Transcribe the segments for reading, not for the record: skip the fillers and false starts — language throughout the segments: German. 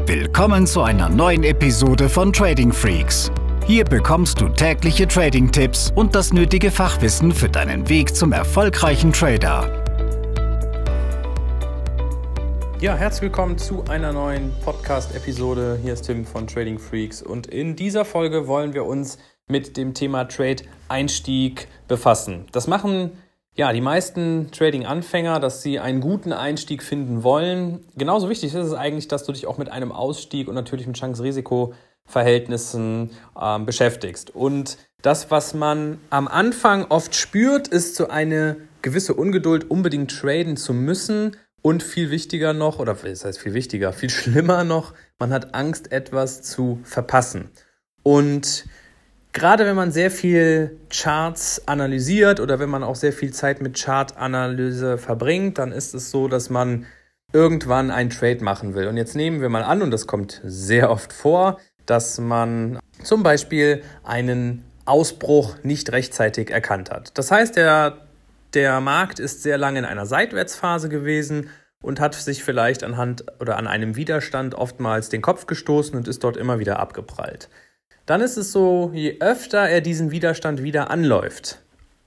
Willkommen zu einer neuen Episode von Trading Freaks. Hier bekommst du tägliche Trading-Tipps und das nötige Fachwissen für deinen Weg zum erfolgreichen Trader. Ja, herzlich willkommen zu einer neuen Podcast-Episode. Hier ist Tim von Trading Freaks und in dieser Folge wollen wir uns mit dem Thema Trade-Einstieg befassen. Das machen die meisten Trading-Anfänger, dass sie einen guten Einstieg finden wollen. Genauso wichtig ist es eigentlich, dass du dich auch mit einem Ausstieg und natürlich mit Chance-Risiko-Verhältnissen beschäftigst. Und das, was man am Anfang oft spürt, ist so eine gewisse Ungeduld, unbedingt traden zu müssen. Und viel wichtiger noch, oder das heißt viel wichtiger, viel schlimmer noch, man hat Angst, etwas zu verpassen. Und gerade wenn man sehr viel Charts analysiert oder wenn man auch sehr viel Zeit mit Chartanalyse verbringt, dann ist es so, dass man irgendwann einen Trade machen will. Und jetzt nehmen wir mal an, und das kommt sehr oft vor, dass man zum Beispiel einen Ausbruch nicht rechtzeitig erkannt hat. Das heißt, der Markt ist sehr lange in einer Seitwärtsphase gewesen und hat sich vielleicht anhand oder an einem Widerstand oftmals den Kopf gestoßen und ist dort immer wieder abgeprallt. Dann ist es so, je öfter er diesen Widerstand wieder anläuft,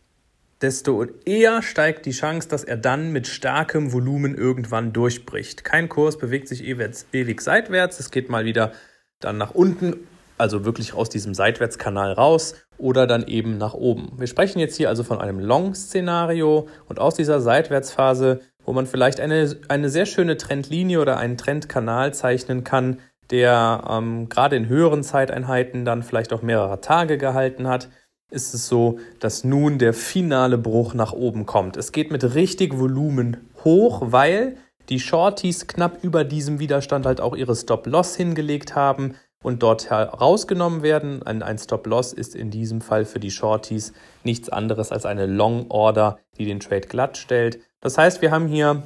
desto eher steigt die Chance, dass er dann mit starkem Volumen irgendwann durchbricht. Kein Kurs bewegt sich ewig seitwärts, es geht mal wieder dann nach unten, also wirklich aus diesem Seitwärtskanal raus oder dann eben nach oben. Wir sprechen jetzt hier also von einem Long-Szenario und aus dieser Seitwärtsphase, wo man vielleicht eine sehr schöne Trendlinie oder einen Trendkanal zeichnen kann, der gerade in höheren Zeiteinheiten dann vielleicht auch mehrere Tage gehalten hat, ist es so, dass nun der finale Bruch nach oben kommt. Es geht mit richtig Volumen hoch, weil die Shorties knapp über diesem Widerstand halt auch ihre Stop-Loss hingelegt haben und dort herausgenommen werden. Ein Stop-Loss ist in diesem Fall für die Shorties nichts anderes als eine Long-Order, die den Trade glatt stellt. Das heißt, wir haben hier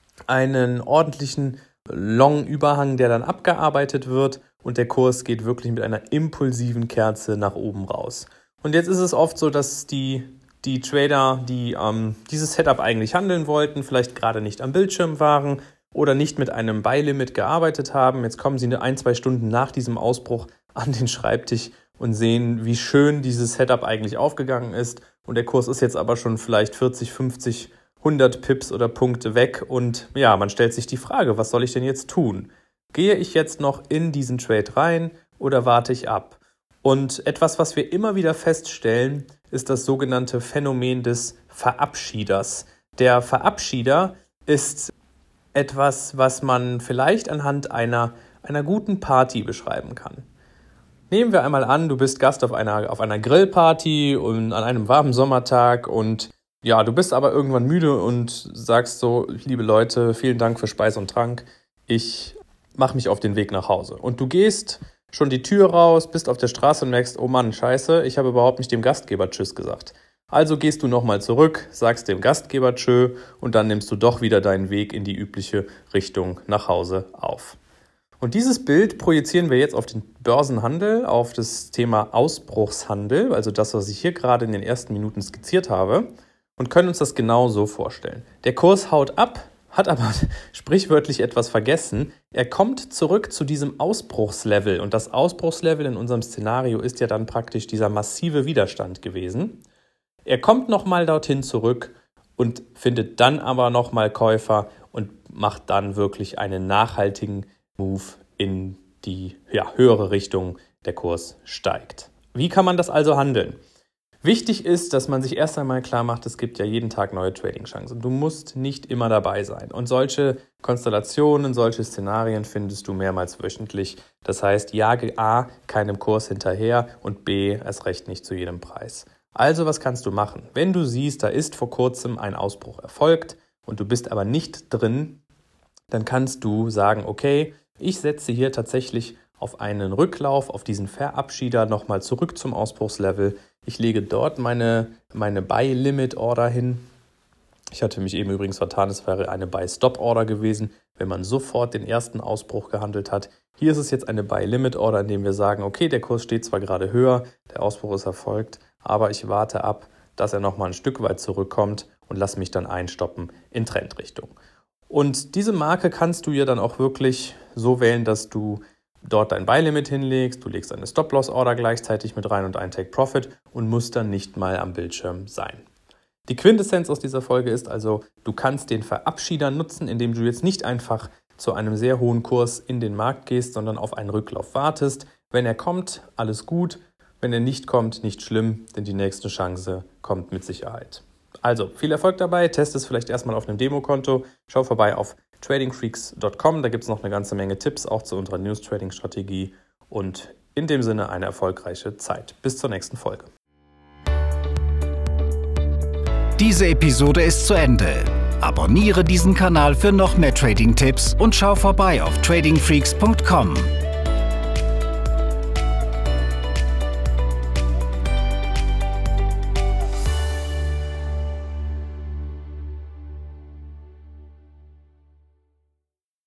einen ordentlichen Long-Überhang, der dann abgearbeitet wird und der Kurs geht wirklich mit einer impulsiven Kerze nach oben raus. Und jetzt ist es oft so, dass die Trader, die dieses Setup eigentlich handeln wollten, vielleicht gerade nicht am Bildschirm waren oder nicht mit einem Buy-Limit gearbeitet haben. Jetzt kommen sie 1-2 Stunden nach diesem Ausbruch an den Schreibtisch und sehen, wie schön dieses Setup eigentlich aufgegangen ist. Und der Kurs ist jetzt aber schon vielleicht 40, 50, 100 Pips oder Punkte weg. Und ja, man stellt sich die Frage, was soll ich denn jetzt tun? Gehe ich jetzt noch in diesen Trade rein oder warte ich ab? Und etwas, was wir immer wieder feststellen, ist das sogenannte Phänomen des Verabschieders. Der Verabschieder ist etwas, was man vielleicht anhand einer guten Party beschreiben kann. Nehmen wir einmal an, du bist Gast auf einer Grillparty und an einem warmen Sommertag und ja, du bist aber irgendwann müde und sagst so, liebe Leute, vielen Dank für Speise und Trank, ich mache mich auf den Weg nach Hause. Und du gehst schon die Tür raus, bist auf der Straße und merkst, oh Mann, scheiße, ich habe überhaupt nicht dem Gastgeber Tschüss gesagt. Also gehst du nochmal zurück, sagst dem Gastgeber Tschö und dann nimmst du doch wieder deinen Weg in die übliche Richtung nach Hause auf. Und dieses Bild projizieren wir jetzt auf den Börsenhandel, auf das Thema Ausbruchshandel, also das, was ich hier gerade in den ersten Minuten skizziert habe, und können uns das genau so vorstellen. Der Kurs haut ab, hat aber sprichwörtlich etwas vergessen. Er kommt zurück zu diesem Ausbruchslevel und das Ausbruchslevel in unserem Szenario ist ja dann praktisch dieser massive Widerstand gewesen. Er kommt nochmal dorthin zurück und findet dann aber nochmal Käufer und macht dann wirklich einen nachhaltigen Move in die höhere Richtung. Der Kurs steigt. Wie kann man das also handeln? Wichtig ist, dass man sich erst einmal klar macht, es gibt ja jeden Tag neue Trading-Chancen. Du musst nicht immer dabei sein. Und solche Konstellationen, solche Szenarien findest du mehrmals wöchentlich. Das heißt, jage A keinem Kurs hinterher und B erst recht nicht zu jedem Preis. Also was kannst du machen? Wenn du siehst, da ist vor kurzem ein Ausbruch erfolgt und du bist aber nicht drin, dann kannst du sagen, okay, ich setze hier tatsächlich auf einen Rücklauf, auf diesen Verabschieder nochmal zurück zum Ausbruchslevel. Ich lege dort meine Buy-Limit-Order hin. Ich hatte mich eben übrigens vertan, es wäre eine Buy-Stop-Order gewesen, wenn man sofort den ersten Ausbruch gehandelt hat. Hier ist es jetzt eine Buy-Limit-Order, in dem wir sagen, okay, der Kurs steht zwar gerade höher, der Ausbruch ist erfolgt, aber ich warte ab, dass er nochmal ein Stück weit zurückkommt und lasse mich dann einstoppen in Trendrichtung. Und diese Marke kannst du ja dann auch wirklich so wählen, dass du dort dein Buy-Limit hinlegst, du legst eine Stop-Loss-Order gleichzeitig mit rein und ein Take-Profit und musst dann nicht mal am Bildschirm sein. Die Quintessenz aus dieser Folge ist also, du kannst den Verabschieder nutzen, indem du jetzt nicht einfach zu einem sehr hohen Kurs in den Markt gehst, sondern auf einen Rücklauf wartest. Wenn er kommt, alles gut. Wenn er nicht kommt, nicht schlimm, denn die nächste Chance kommt mit Sicherheit. Also, viel Erfolg dabei. Test es vielleicht erstmal auf einem Demokonto. Schau vorbei auf tradingfreaks.com. Da gibt es noch eine ganze Menge Tipps, auch zu unserer News-Trading-Strategie. Und in dem Sinne eine erfolgreiche Zeit. Bis zur nächsten Folge. Diese Episode ist zu Ende. Abonniere diesen Kanal für noch mehr Trading-Tipps und schau vorbei auf tradingfreaks.com.